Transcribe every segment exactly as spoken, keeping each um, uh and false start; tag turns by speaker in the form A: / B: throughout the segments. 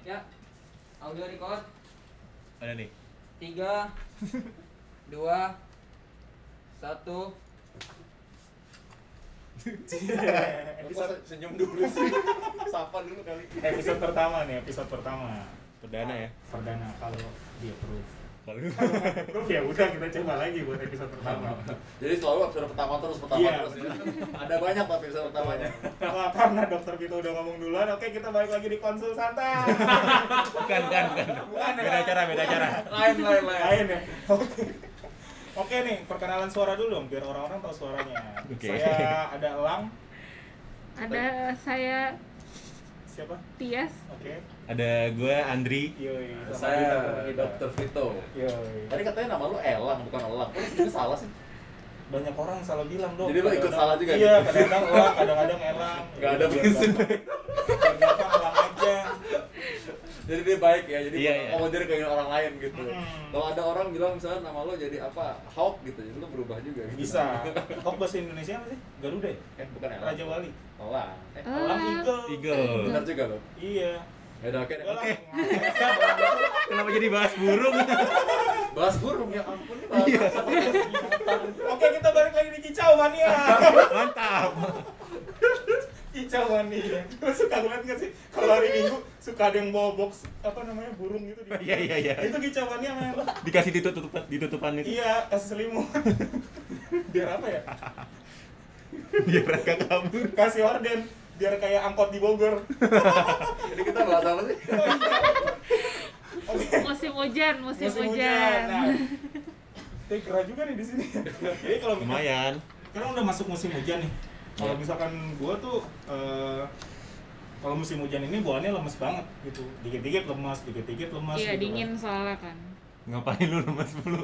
A: Ya, audio record.
B: Ada nih.
A: Tiga, dua, satu.
C: Episode senyum dulu sih. Sapa dulu kali.
D: Episode pertama nih, episode pertama.
B: Perdana ya.
D: Perdana kalau dia approve.
B: Kalau
D: Approve ya udah kita coba lagi buat episode pertama.
C: Jadi selalu episode pertama terus pertama
D: Iya.
C: terus ya. Ada banyak tapi episode pertamanya.
D: Wah, karena dokter Vito udah ngomong duluan, oke kita balik lagi di konsul santai.
B: bukan, bukan, bukan. Beda cara, beda cara.
C: Lain lain lain.
D: Lain ya. Oke. Oke nih, perkenalan suara dulu dong biar orang-orang tahu suaranya.
B: Oke.
D: Saya ada Elang,
E: Ada saya
D: siapa?
E: Tias.
D: Oke.
B: Ada gue Andri.
D: Yoi.
C: Saya dokter Vito.
D: Yoi.
C: Tadi katanya nama lu Elang bukan Elang. Kok ini salah sih?
D: Banyak orang salah bilang dong.
C: Jadi lo ikut
D: Kadang-kadang-
C: salah juga
D: Iya,
C: gitu?
D: kadang-kadang Elang, kadang-kadang Elang.
C: Nggak ada
D: Biar
C: prinsip.
D: gampang. Biar gampang Elang aja.
C: Jadi dia baik ya. Jadi
B: Iya, iya.
C: mau jadi kayak orang lain gitu.
D: Hmm.
C: Kalau ada orang bilang misalnya nama lo jadi apa? Hawk gitu. Jadi lo berubah juga gitu.
D: Bisa. Kok bahasa Indonesia apa sih? Garuda ya?
C: Kan bukan Elang.
D: Raja Wali.
C: Elang. Eh,
E: Ah.
D: Elang Eagle.
B: Eagle.
C: benar juga lo.
D: Iya.
C: Ya udah oke. deh.
D: Oke.
B: Kenapa jadi bahas burung?
C: Bahas burung ya ampun nih bahas.
D: Oke, kita balik lagi di Kicau Mania.
B: Mantap.
D: Kicau Mania. Lo suka banget nggak sih? Kalau hari Minggu suka ada yang bawa box apa namanya burung gitu di.
B: Iya, iya, iya.
D: Itu Kicau Mania men.
B: Dikasih ditutupan, ditutupan itu.
D: Iya, kasih selimut. Biar apa ya?
B: Biar mereka kabur.
D: Kasih orden. Biar kayak angkot di Bogor.
C: Jadi kita bahas apa sih?
D: Oke.
E: Musim hujan, musim,
D: Musim
E: hujan.
D: Nah, Tapi gerah juga nih di sini. Jadi kalau
B: Lumayan.
D: Sekarang udah masuk musim hujan nih. Kalau
B: Iya.
D: misalkan gua tuh eh, kalau musim hujan ini bawaannya lemes banget gitu. Dikit-dikit lemas, dikit-dikit lemas
E: Iya,
D: gitu
E: dingin soalnya kan.
B: Ngapain lu lemas mulu?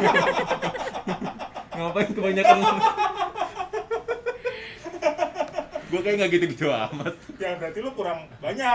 B: Ngapain kebanyakan lemas? Gue kayak nggak gitu-gitu amat.
D: Kan. Ya berarti lu kurang banyak.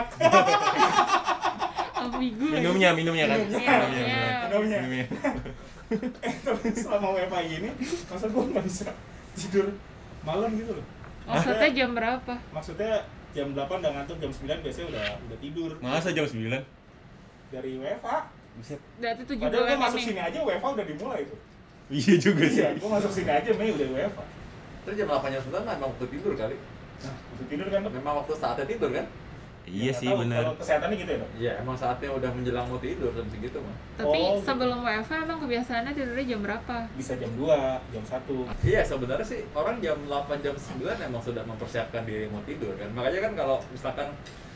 E: Ambigu.
B: Minumnya, minumnya kan.
E: Iya, minumnya.
D: Minumnya.
B: Minumnya.
D: Eh, tapi selama W F H ini, masa gua nggak bisa tidur malam gitu loh.
E: Maksudnya jam berapa?
D: Maksudnya jam delapan udah ngantuk, jam sembilan biasanya udah udah tidur.
B: Masa jam sembilan?
D: Dari W F H.
B: Buset.
E: Berarti tujuh
D: Padahal
E: bulan
D: gua masuk
E: ini.
D: sini aja W F H udah dimulai tuh.
B: Iya juga sih.
D: Iya, gua masuk sini aja Mei udah W F H.
C: Terus jam delapan jam sembilan kan emang waktu tidur kali.
D: Nah, untuk tidur kan dok?
C: Memang waktu saatnya tidur kan?
B: Iya
D: Nggak
B: sih
D: tahu,
B: benar.
D: Kalau kesehatannya gitu ya dok?
C: Iya, emang saatnya udah menjelang mau tidur jam segitu mah.
E: Tapi
D: Oh,
E: sebelum W F H emang kebiasaannya tidurnya jam berapa?
D: Bisa jam dua, jam satu.
C: Iya, sebenarnya sih orang jam delapan jam sembilan emang sudah mempersiapkan diri mau tidur kan. Makanya kan kalau misalkan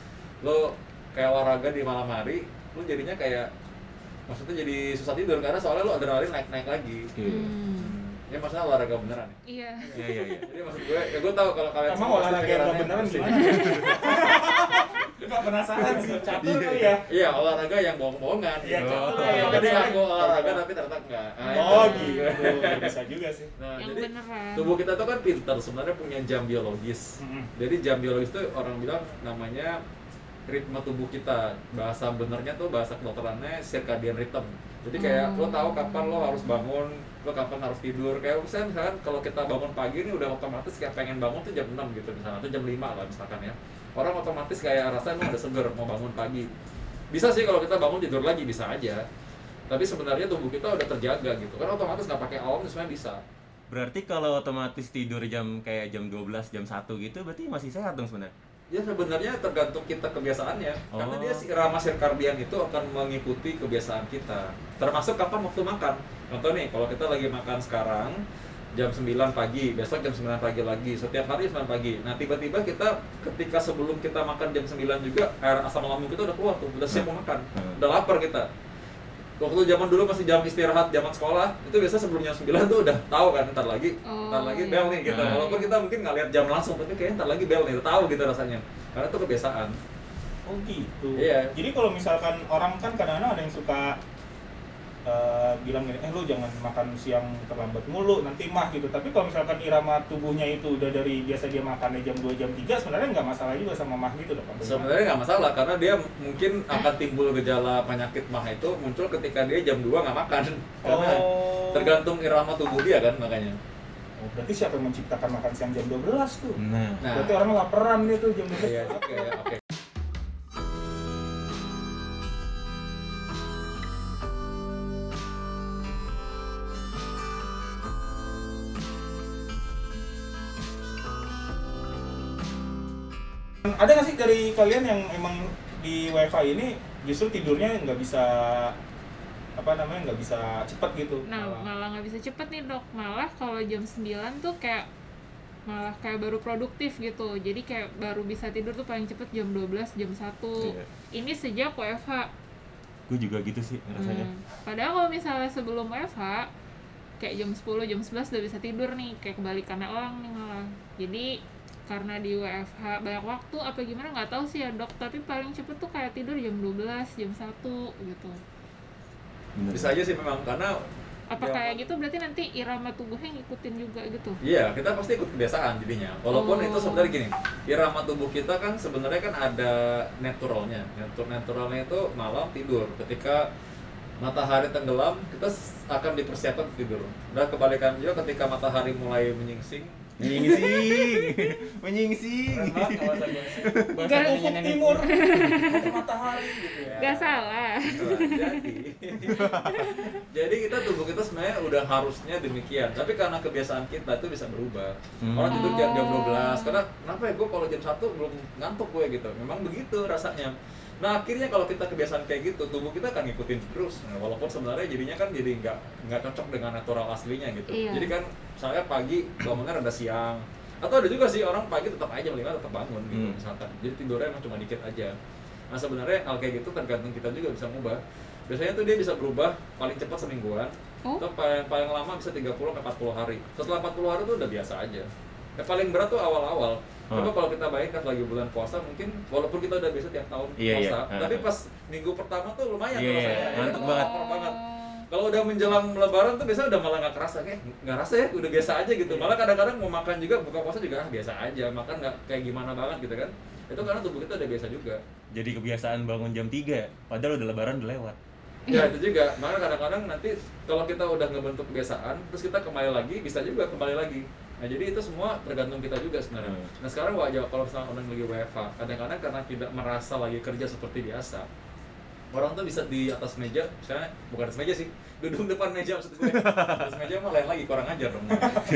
C: lo kayak olahraga di malam hari, lo jadinya kayak maksudnya jadi susah tidur karena soalnya lo adrenalin naik-naik lagi.
E: Hmm.
C: Ya maksudnya olahraga beneran ya.
E: Iya.
B: Iya, iya, iya.
C: Jadi maksud gue, ya gue tahu kalau kalian
D: Emang
C: semua pasti
D: olahraga yang
C: pikirannya
D: beneran
C: pusing.
D: gimana? Gak penasaran sih, catur kali ya?
C: Iya, olahraga yang bohong-bohongan.
D: Iya,
C: gitu.
D: catur
B: lah, yang
C: Jadi
D: beneran.
C: ngaku olahraga tapi ternyata enggak. Nah,
D: Oh
C: itu.
D: gitu, bisa juga sih.
C: Nah,
E: Yang
C: jadi
E: beneran.
C: tubuh kita tuh kan pintar sebenarnya punya jam biologis.
D: Mm-mm.
C: Jadi jam biologis itu orang bilang namanya ritme tubuh kita. Bahasa benernya tuh bahasa kedokterannya circadian rhythm. Jadi kayak
E: Hmm.
C: lo tahu kapan lo harus bangun, lo kapan harus tidur. Kayak misalnya, misalkan kalau kita bangun pagi ini udah otomatis kayak pengen bangun tuh jam enam gitu misalnya, atau jam lima lah misalkan ya. Orang otomatis kayak rasa emang udah seger mau bangun pagi. Bisa sih kalau kita bangun tidur lagi bisa aja. Tapi sebenarnya tubuh kita udah terjaga gitu. Kan otomatis nggak pakai alarm sebenarnya bisa.
B: Berarti kalau otomatis tidur jam kayak jam dua belas, jam satu gitu berarti masih sehat dong sebenarnya?
C: Ya sebenarnya tergantung kita kebiasaannya. Karena
B: Oh.
C: dia si irama sirkadian itu akan mengikuti kebiasaan kita. Termasuk kapan waktu makan. Contoh nih, kalau kita lagi makan sekarang jam sembilan pagi, besok jam sembilan pagi lagi, setiap hari sembilan pagi. Nah, tiba-tiba kita ketika sebelum kita makan jam sembilan juga air asam lambung kita udah keluar tuh, udah siap mau makan.
B: Hmm.
C: Udah lapar kita. Waktu zaman dulu masih jam istirahat, zaman sekolah, itu biasa sebelum jam sembilan tuh udah tahu kan, ntar lagi,
E: Oh,
C: ntar lagi
E: iya.
C: bel nih gitu.
B: Nah.
C: Walaupun kita mungkin nggak lihat jam langsung, tapi kayaknya ntar lagi bel nih, udah tahu gitu rasanya. Karena itu kebiasaan.
D: Oh gitu.
C: Iya.
D: Jadi kalau misalkan orang kan kadang-kadang ada yang suka eh, bilang gini, eh lu jangan makan siang terlambat mulu, nanti mah gitu. Tapi kalau misalkan irama tubuhnya itu udah dari biasa dia makannya jam dua, jam tiga, sebenarnya nggak masalah juga sama mah gitu loh. Pak.
C: Sebenarnya nggak masalah karena dia mungkin akan timbul gejala penyakit mah itu muncul ketika dia jam dua nggak makan. Karena
D: Oh.
C: tergantung irama tubuh dia kan makanya.
D: Oh, berarti siapa yang menciptakan makan siang jam dua belas tuh?
B: Nah,
C: Nah,
D: Berarti orang laparan gitu jam dua belas.
C: iya, oke, oke.
D: Ada nggak sih dari kalian yang emang di W F H ini justru tidurnya nggak bisa apa namanya nggak bisa cepat gitu?
E: Nah,
D: malah.
E: malah nggak bisa cepet nih dok. Malah kalau jam sembilan tuh kayak malah kayak baru produktif gitu. Jadi kayak baru bisa tidur tuh paling cepet jam dua belas, jam satu.
B: Iya.
E: Ini sejak W F H.
B: Gue juga gitu sih rasanya.
E: Hmm. Padahal kalau misalnya sebelum W F H kayak jam sepuluh, jam sebelas udah bisa tidur nih, kayak kebalikannya orang nih malah. Jadi karena di W F H banyak waktu apa gimana nggak tahu sih ya dok, tapi paling cepet tuh kayak tidur jam dua belas, jam satu gitu.
B: Bener.
C: Bisa aja sih memang, karena
E: Apa
C: ya,
E: kayak gitu berarti nanti irama tubuhnya ngikutin juga gitu?
C: iya, kita pasti ikut kebiasaan jadinya. Walaupun
E: Oh.
C: itu sebenarnya gini, irama tubuh kita kan sebenarnya kan ada naturalnya. Natur- Naturalnya itu malam tidur. Ketika matahari tenggelam, kita s- akan dipersiapkan untuk tidur. Dan kebalikan juga ketika matahari mulai menyingsing,
B: Menyingsing, menyingsing.
C: keren banget nggak bahasa gue sih.
A: Bahasa
E: Gak-
A: nenek
D: Ufuk
A: nenek
D: timur, ada matahari gitu ya.
E: Gak salah.
C: Nah, jadi jadi kita tubuh kita sebenarnya udah harusnya demikian, tapi karena kebiasaan kita itu bisa berubah.
B: Hmm.
C: Orang tidur jam jam
E: Oh.
C: dua belas, karena kenapa ya gue kalau jam satu belum ngantuk gue gitu, memang begitu rasanya. Nah akhirnya kalau kita kebiasaan kayak gitu, tubuh kita akan ngikutin terus. Nah, walaupun sebenarnya jadinya kan jadi nggak nggak cocok dengan natural aslinya gitu.
E: Iya.
C: Jadi kan misalnya pagi bangunnya rada siang, atau ada juga sih orang pagi tetap aja jam lima tetap bangun gitu
B: Hmm.
C: misalkan. Jadi tidurnya emang cuma dikit aja. Nah sebenarnya hal kayak gitu tergantung kita juga bisa ngubah. Biasanya tuh dia bisa berubah paling cepat semingguan,
E: Oh.
C: atau paling, paling lama bisa tiga puluh sampai empat puluh hari. Setelah empat puluh hari tuh udah biasa aja. Yang paling berat tuh awal-awal.
B: Hmm.
C: Coba kalau kita bayangkan lagi bulan puasa, mungkin walaupun kita udah biasa tiap tahun
B: Iya, iya.
C: puasa,
B: Hmm.
C: tapi pas minggu pertama tuh lumayan
B: Iya,
C: tuh rasanya.
B: iya,
C: Ya
B: ngantuk
C: kan?
B: banget.
C: Lapar banget. Kalau udah menjelang lebaran tuh biasanya udah malah nggak kerasa, kayak nggak rasa ya, udah biasa aja gitu. Malah kadang-kadang mau makan juga, buka puasa juga ah biasa aja, makan nggak kayak gimana banget gitu kan. Itu karena tubuh kita udah biasa juga.
B: Jadi kebiasaan bangun jam tiga, padahal udah lebaran udah lewat.
C: Ya itu juga, makanya kadang-kadang nanti kalau kita udah ngebentuk kebiasaan, terus kita kembali lagi, bisa juga kembali lagi. Nah jadi itu semua tergantung kita juga sebenarnya.
B: Hmm.
C: Nah sekarang wajah kalau misalnya orang lagi W F H, kadang-kadang karena tidak merasa lagi kerja seperti biasa, orang tuh bisa di atas meja, misalnya bukan atas meja sih, duduk depan meja maksud gue. Atas meja mah lain lagi, kurang ajar dong.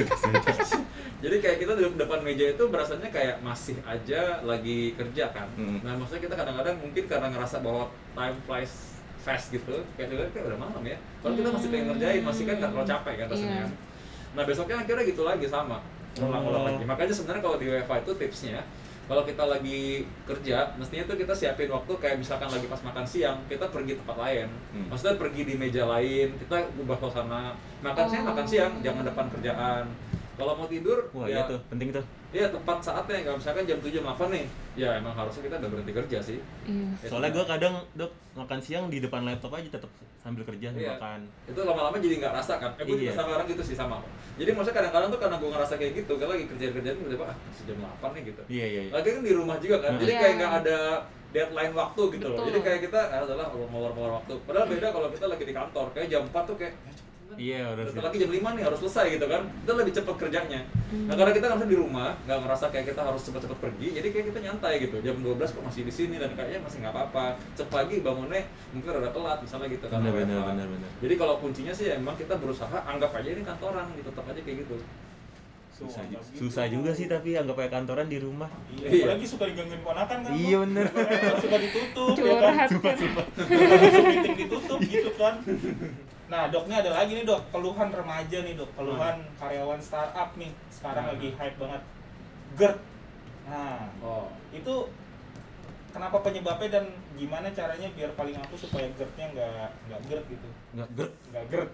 C: Jadi kayak kita duduk depan meja itu berasanya kayak masih aja lagi kerja kan.
B: Hmm.
C: Nah maksudnya kita kadang-kadang mungkin karena ngerasa bahwa time flies fast gitu, kayak dulu kayak udah malam ya. Kalau kita masih pengen ngerjain, masih kan nggak terlalu capek kan rasanya.
E: Iya.
C: kan. Nah besoknya akhirnya gitu lagi sama, ulang-ulang
B: Oh.
C: lagi. Makanya sebenarnya kalau di W F H itu tipsnya, kalau kita lagi kerja, mestinya tuh kita siapin waktu kayak misalkan lagi pas makan siang, kita pergi tempat lain.
B: Hmm.
C: Maksudnya pergi di meja lain, kita ubah suasana. Makan siang, makan siang, jangan depan kerjaan. Kalau mau tidur,
B: Wah,
C: ya
B: iya tuh, penting tuh.
C: iya tepat saatnya. Kalau misalkan jam tujuh delapan nih, ya emang harusnya kita udah berhenti kerja sih.
E: Iya.
B: Soalnya gue kadang, Dok, makan siang di depan laptop aja tetap sambil kerja,
C: Iya.
B: makan.
C: Itu lama-lama jadi nggak rasa kan? Eh, gue juga
B: Iya.
C: sama orang gitu sih sama. Jadi maksudnya kadang-kadang tuh karena gue ngerasa kayak gitu, kan lagi kerja-kerjaan tiba-tiba ah masih jam delapan nih gitu.
B: Iya, iya, iya.
C: Lagi kan di rumah juga kan, jadi
E: Iya.
C: kayak nggak ada deadline waktu gitu loh.
E: Betul.
C: Jadi kayak kita ah, adalah ngolor-ngolor waktu. Padahal beda kalau kita lagi di kantor, kayak jam empat tuh kayak ya, cepet kan.
B: Iya, udah
C: Bentar lagi jam lima nih harus selesai gitu kan. Kita lebih cepet kerjanya. Nah karena kita ngerasa di rumah, nggak ngerasa kayak kita harus cepet-cepet pergi, jadi kayak kita nyantai gitu. Jam dua belas kok masih di sini dan kayaknya masih nggak apa-apa. Cep pagi bangunnya mungkin rada telat misalnya gitu kan.
B: Benar,
C: W F H.
B: benar, benar, benar.
C: Jadi kalau kuncinya sih emang kita berusaha anggap aja ini kantoran gitu, tetap aja kayak gitu.
B: Susah,
D: Sumpah,
B: ju- susah juga sih tapi anggap kayak kantoran di rumah.
D: Iya,
C: Iya.
D: apalagi suka digangguin ponakan kan.
B: Iya,
D: Bang?
B: bener.
D: Suka ditutup ya kan.
E: Curhat kan.
D: Langsung meeting ditutup gitu kan. Nah, Dok, ini ada lagi nih, Dok, keluhan remaja nih, Dok. Keluhan karyawan startup nih. Sekarang
C: Hmm.
D: lagi hype banget. GERD. Nah,
C: Oh.
D: itu kenapa penyebabnya dan gimana caranya biar paling aku supaya GERD-nya nggak nggak GERD gitu.
B: Nggak ger.
D: Nggak GERD.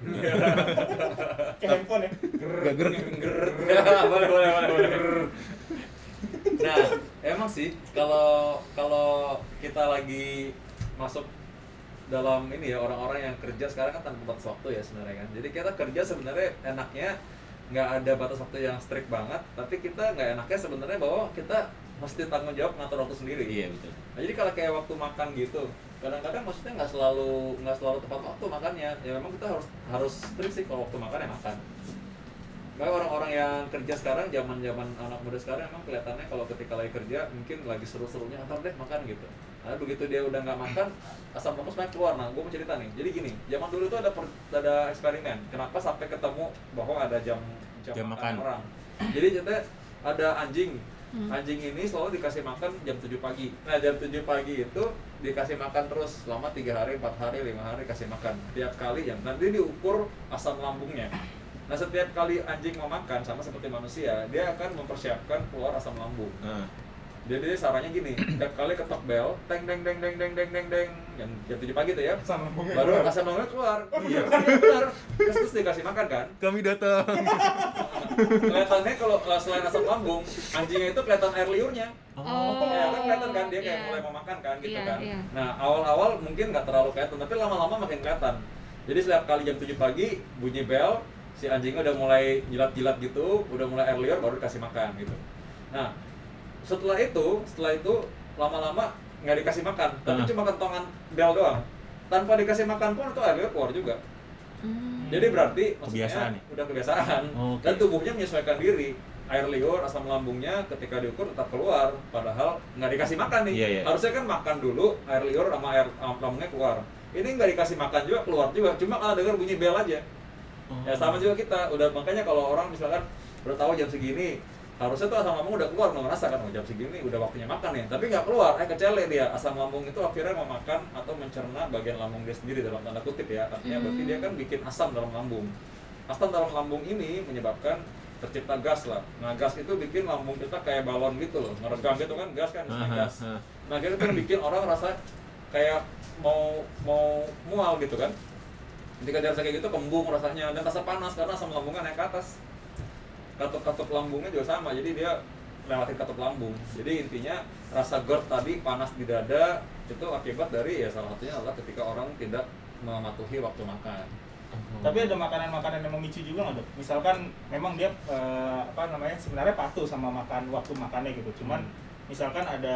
D: Kayak handphone ya.
B: Nggak ger.
C: Ya, boleh, boleh, boleh, boleh. Nah, emang sih kalau kalau kita lagi masuk dalam ini ya orang-orang yang kerja sekarang kan tanpa batas waktu ya sebenarnya kan. Jadi kita kerja sebenarnya enaknya nggak ada batas waktu yang strict banget, tapi kita nggak enaknya sebenarnya bahwa kita mesti tanggung jawab ngatur waktu sendiri.
B: Iya, betul.
C: Nah, jadi kalau kayak waktu makan gitu, kadang-kadang maksudnya nggak selalu nggak selalu tepat waktu makannya. Ya memang kita harus harus strict sih kalau waktu makan ya makan. Kayak orang-orang yang kerja sekarang, zaman-zaman anak muda sekarang emang kelihatannya kalau ketika lagi kerja mungkin lagi seru-serunya antar deh makan gitu. Nah begitu dia udah nggak makan, asam lambung semuanya keluar. Nah gue mau cerita nih. Jadi gini, zaman dulu tuh ada per, ada eksperimen. Kenapa sampai ketemu bahwa ada jam jam,
B: Jam
C: makan
B: makan.
C: orang? Jadi ceritanya ada anjing
E: Hmm.
C: Anjing ini selalu dikasih makan jam tujuh pagi. Nah, jam tujuh pagi itu dikasih makan terus selama tiga hari, empat hari, lima hari kasih makan. Tiap kali yang nanti diukur asam lambungnya. Nah, setiap kali anjing mau makan sama seperti manusia, dia akan mempersiapkan keluar asam lambung.
B: Nah,
C: Jadi caranya gini, tiap kali ketok bel, teng teng teng teng teng teng teng teng, jam jam tujuh pagi tuh ya.
D: Sama bunga.
C: Baru asam lambungnya keluar. Iya, benar. Terus, terus dikasih makan kan.
B: kami datang.
C: Kelihatannya kalau uh, selain asam lambung, anjingnya itu kelihatan air liurnya.
E: Oh.
C: Ya kan kelihatan kan dia kayak
E: Iya.
C: mulai mau makan kan gitu
E: Iya,
C: kan.
E: iya.
C: Nah, awal-awal mungkin nggak terlalu kelihatan, tapi lama-lama makin kelihatan. Jadi setiap kali jam tujuh pagi bunyi bel, si anjingnya udah mulai jilat-jilat gitu, udah mulai air liur baru dikasih makan gitu. Nah, setelah itu, setelah itu lama-lama nggak dikasih makan, tapi
B: Ah.
C: cuma kentongan bel doang. Tanpa dikasih makan pun itu air liur keluar juga.
E: Hmm.
C: Jadi berarti maksudnya
B: Kebiasaan ya?
C: udah kebiasaan
B: Oke.
C: dan tubuhnya menyesuaikan diri. Air liur, asam lambungnya ketika diukur tetap keluar, padahal nggak dikasih makan nih.
B: Iya, iya.
C: Harusnya kan makan dulu, air liur sama air asam lambungnya keluar. Ini nggak dikasih makan juga, keluar juga. Cuma kalau dengar bunyi bel aja.
B: Oh.
C: Ya sama juga kita. Udah makanya kalau orang misalkan udah tahu jam segini, harusnya tuh asam lambung udah keluar, mau ngerasa kan, oh, jam segini udah waktunya makan ya. Tapi nggak keluar, eh kecele dia. Asam lambung itu akhirnya mau makan atau mencerna bagian lambung dia sendiri dalam tanda kutip ya. Artinya berarti dia kan bikin asam dalam lambung. Asam dalam lambung ini menyebabkan tercipta gas lah. Nah, gas itu bikin lambung kita kayak balon gitu loh, ngeregang gitu kan, gas kan,
B: Aha,
C: gas.
B: aha.
C: Nah, akhirnya itu bikin orang rasa kayak mau mau mual gitu kan. Ketika dia rasa kayak gitu, kembung rasanya dan rasa panas karena asam lambungnya naik ke atas. Katup-katup lambungnya juga sama, jadi dia lewatin katup lambung. Jadi intinya rasa GERD tadi, panas di dada, itu akibat dari ya salah satunya adalah ketika orang tidak mematuhi waktu makan.
D: Tapi ada makanan-makanan yang memicu juga nggak dok? Misalkan memang dia eh, apa namanya sebenarnya patuh sama makan waktu makannya gitu. Cuman misalkan ada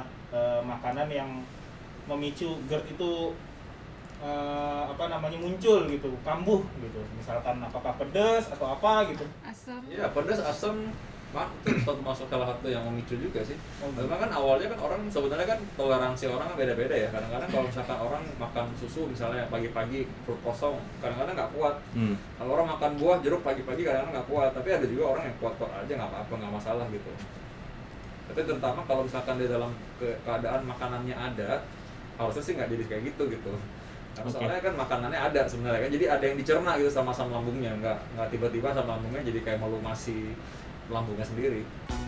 D: eh, makanan yang memicu GERD itu eh, apa namanya muncul gitu, kambuh gitu. Misalkan apakah pedas atau apa gitu.
E: Asam.
C: Iya, pedas, asam, mak itu termasuk salah satu yang memicu juga sih.
D: Oh,
C: Memang kan awalnya kan orang sebenarnya kan toleransi orang kan beda-beda ya. Kadang-kadang kalau misalkan orang makan susu misalnya pagi-pagi perut kosong, kadang-kadang nggak kuat.
B: Hmm.
C: Kalau orang makan buah jeruk pagi-pagi kadang-kadang nggak kuat. Tapi ada juga orang yang kuat-kuat aja nggak apa-apa, nggak masalah gitu. Tapi terutama kalau misalkan di dalam ke- keadaan makanannya ada, harusnya sih nggak jadi kayak gitu gitu. Karena
B: Oke.
C: soalnya kan makanannya ada sebenarnya kan, jadi ada yang dicerna gitu sama asam lambungnya, nggak nggak tiba-tiba asam lambungnya jadi kayak melumasi lambungnya sendiri.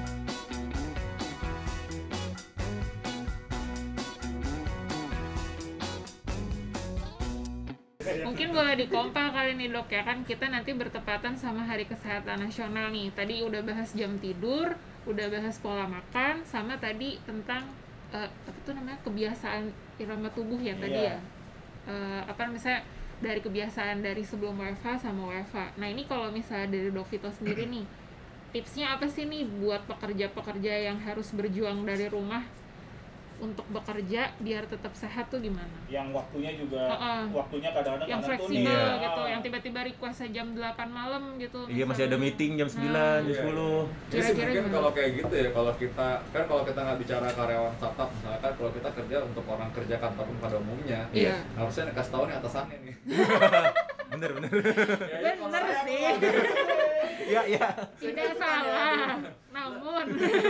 E: Mungkin boleh dikompal kali nih dok ya, kan kita nanti bertepatan sama Hari Kesehatan Nasional nih. Tadi udah bahas jam tidur, udah bahas pola makan, sama tadi tentang eh, apa tuh namanya kebiasaan irama tubuh ya tadi
D: Iya.
E: ya. Eh, apa misalnya dari kebiasaan dari sebelum W F H sama W F H. Nah ini kalau misalnya dari Dok Vito sendiri nih, tipsnya apa sih nih buat pekerja-pekerja yang harus berjuang dari rumah untuk bekerja biar tetap sehat tuh gimana?
D: Yang waktunya juga
E: Heeh.
D: waktunya kadang-kadang
E: Yang
D: kadang tuh
E: fleksibel
D: nih,
B: Iya.
E: gitu,
D: ah,
E: yang tiba-tiba request jam delapan malam gitu.
B: Iya, masih ada
E: misalnya.
B: meeting jam sembilan, jam
C: Iya,
B: sepuluh.
C: Jadi sih
E: Kira-kira
C: mungkin
E: gimana?
C: kalau kayak gitu ya, kalau kita kan kalau kita nggak bicara karyawan startup misalkan, kalau kita kerja untuk orang kerja kantor pada umumnya,
E: Iya.
C: harusnya dikasih tahu nih atasannya nih.
B: Bener, bener.
C: Ya, ya, kalau
E: Bener
C: saya-
E: sih,
B: Iya, iya.
E: tidak salah. Namun,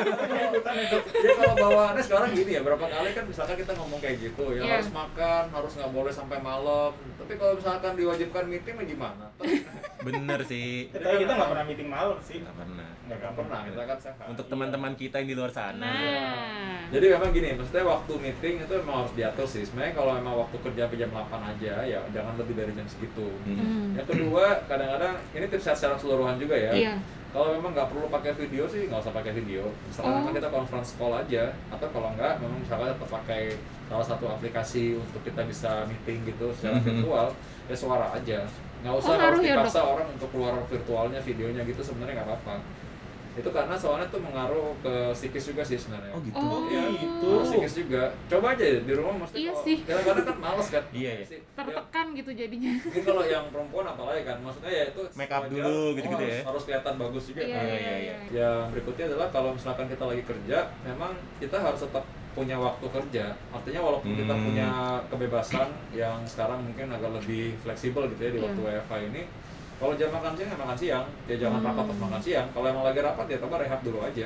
C: Ya kalau bawaannya sekarang gini ya, berapa kali kan misalkan kita ngomong kayak gitu ya,
E: Iya.
C: harus makan, harus nggak boleh sampai malam. Tapi kalau misalkan diwajibkan meeting ya gimana?
B: Bener sih.
D: Tapi kita nggak pernah meeting malam sih.
B: Nggak pernah.
D: Nggak
C: Nggak pernah, kita kan sehat.
B: Untuk teman-teman kita yang di luar sana.
E: nah,
C: Jadi memang gini, maksudnya waktu meeting itu memang harus diatur sih. Sebenarnya kalau memang waktu kerja sampai jam delapan aja, ya jangan lebih dari jam segitu.
B: Hmm.
E: hmm,
C: Yang kedua, kadang-kadang ini tips secara keseluruhan juga ya.
E: iya,
C: Kalau memang nggak perlu pakai video sih, nggak usah pakai video. Misalnya
E: Oh.
C: memang kita conference call aja, atau kalau nggak, memang misalnya tetap pakai salah satu aplikasi untuk kita bisa meeting gitu secara
B: Mhm.
C: virtual, ya suara aja. Nggak usah
E: Oh,
C: harus
E: ngaruh ya,
C: dipaksa orang untuk keluar virtualnya, videonya gitu, sebenarnya nggak apa-apa. Itu karena soalnya tuh mengaruh ke psikis juga sih sebenarnya.
B: Oh gitu.
E: Oh,
C: Iya,
D: gitu.
C: ngaruh psikis juga. Coba aja di rumah mesti
E: Iya
C: kalau-
E: sih.
C: kadang-kadang kan males kan.
B: Iya, iya.
C: Sih, ya,
E: tertekan gitu jadinya.
C: mungkin kalau yang perempuan apalagi kan, maksudnya ya itu
B: Make up
C: wajar.
B: dulu,
C: Oh,
B: gitu-gitu
C: harus,
B: ya.
C: harus kelihatan bagus juga.
E: Iya,
C: kan.
B: iya,
E: iya,
B: iya.
E: iya.
C: Yang berikutnya adalah kalau misalkan kita lagi kerja, memang kita harus tetap punya waktu kerja. Artinya walaupun kita
B: Hmm.
C: punya kebebasan yang sekarang mungkin agak lebih fleksibel gitu ya di
E: Iya.
C: waktu W F H ini. Kalau jam makan siang ya makan siang, ya jangan
E: Hmm.
C: rapat pas makan siang. Kalau emang lagi rapat ya coba rehat dulu aja.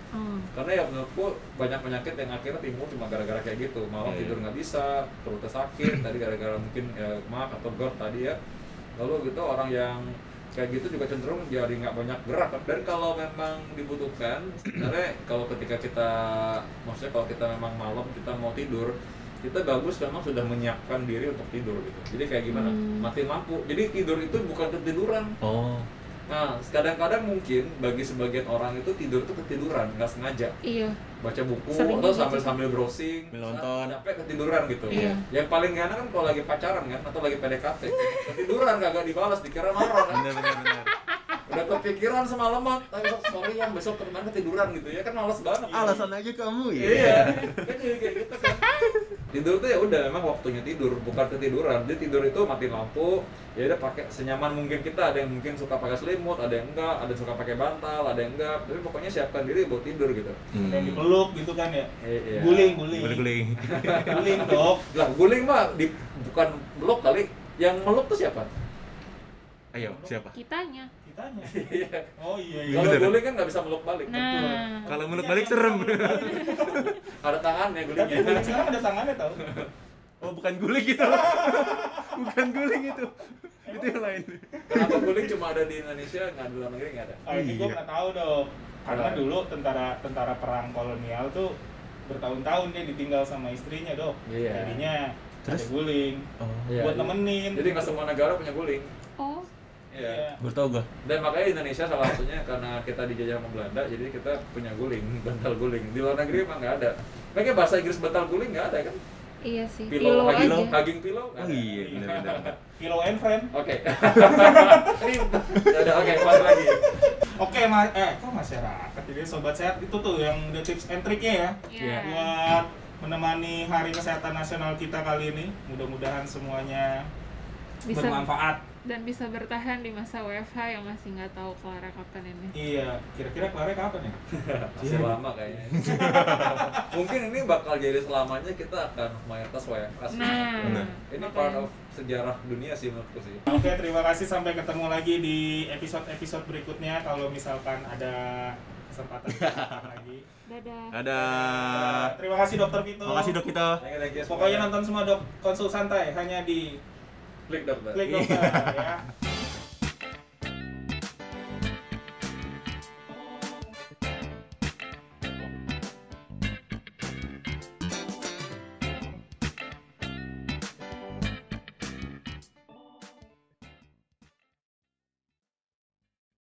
E: Hmm.
C: Karena ya menurutku banyak penyakit yang akhirnya timbul cuma gara-gara kayak gitu. Malam
B: Iya.
C: tidur nggak bisa, perutnya sakit, tadi gara-gara mungkin ya, mak atau GERD tadi ya. Lalu gitu orang yang kayak gitu juga cenderung jadi nggak banyak gerak. Dan kalau memang dibutuhkan, sebenarnya kalau ketika kita, maksudnya kalau kita memang malam kita mau tidur, kita bagus memang sudah menyiapkan diri untuk tidur gitu. Jadi kayak gimana?
E: Hmm.
C: Matiin lampu. Jadi tidur itu bukan ketiduran.
B: Oh.
C: Nah, kadang-kadang mungkin bagi sebagian orang itu tidur itu ketiduran, nggak sengaja.
E: Iya.
C: Baca buku
E: Sering
C: atau
E: gitu.
C: sambil-sambil browsing,
B: Nonton.
C: sampai ketiduran gitu.
E: Iya.
C: Yang paling gak enak kan kalau lagi pacaran kan atau lagi P D K T, ketiduran kagak dibalas, dikira marah kan.
B: Bener bener bener.
C: Udah kepikiran semalaman, tapi besok sorry yang besok kemana ketiduran gitu ya kan males banget.
B: Alasan aja kamu ya.
C: Iya. Kan jadi kayak gitu kan. Tidur tuh ya udah memang waktunya tidur, bukan ketiduran. Jadi tidur itu matiin lampu, ya udah pakai senyaman mungkin kita, ada yang mungkin suka pakai selimut, ada yang enggak, ada yang suka pakai bantal, ada yang enggak. Tapi pokoknya siapkan diri buat tidur gitu.
B: Hmm.
D: Kayak dipeluk gitu kan ya.
C: Iya.
D: Guling, guling.
B: Guling-guling.
D: Guling, Dok.
C: Lah guling mah di, bukan meluk kali, yang meluk tuh siapa?
B: Ayo, siapa?
E: Kitanya.
D: Kitanya.
C: Iya.
D: Oh iya iya.
C: Kalau
B: Bener.
C: guling kan nggak bisa meluk balik.
E: Nah.
B: Kalau menurut balik serem.
C: Ada tangannya
D: Tapi
C: gulingnya.
D: guling sekarang ada tangannya tau.
B: Oh, bukan guling gitu. Bukan guling itu. Itu yang lain.
C: Kenapa guling cuma ada di Indonesia, nggak di luar negeri nggak ada?
D: Ah, ini gue
B: Iya.
D: nggak tahu dong. Karena
C: Ah.
D: dulu tentara tentara perang kolonial tuh bertahun-tahun dia ditinggal sama istrinya dok.
C: Iya.
D: Jadinya
B: Terus?
D: ada guling
B: Oh.
C: Iya,
D: buat
C: jadi-
D: nemenin.
C: Jadi nggak semua negara punya guling.
E: Oh.
C: Iya.
B: Baru tau gua.
C: Dan makanya Indonesia salah satunya karena kita dijajah sama Belanda, jadi kita punya guling, bantal guling. Di luar negeri emang nggak ada. Makanya bahasa Inggris bantal guling nggak ada kan?
E: Iya sih.
C: Pillow,
E: Pillow
C: hugging,
E: aja.
C: hugging pillow. nggak
B: Oh
C: ada.
B: iya, bener bener. bener.
D: Pillow and friend.
C: Oke. Ini ya udah oke, balik lagi.
D: Oke, ma- eh kok masyarakat jadi sobat sehat itu tuh yang udah tips and triknya ya
E: Iya.
D: buat menemani Hari Kesehatan Nasional kita kali ini. Mudah-mudahan semuanya
E: Bisa
D: bermanfaat.
E: dan bisa bertahan di masa W F H yang masih nggak tahu kelar kapan ini.
D: Iya, kira-kira kelarnya kapan ya?
C: Masih lama kayaknya. Mungkin ini bakal jadi selamanya kita akan mayoritas W F H.
E: Nah,
B: Benar.
C: Ini
E: makanya.
C: part of sejarah dunia sih menurutku sih.
D: Oke, terima kasih. Sampai ketemu lagi di episode-episode berikutnya. Kalau misalkan ada kesempatan kita lagi.
E: Dadah.
B: Ada.
D: Terima kasih Dokter Vito.
B: Makasih Dok kita.
C: Thank you, thank you
D: Pokoknya
C: semuanya.
D: nonton semua Dok Konsul Santai hanya di
C: Klik dokter.
D: Klik Dokter ya.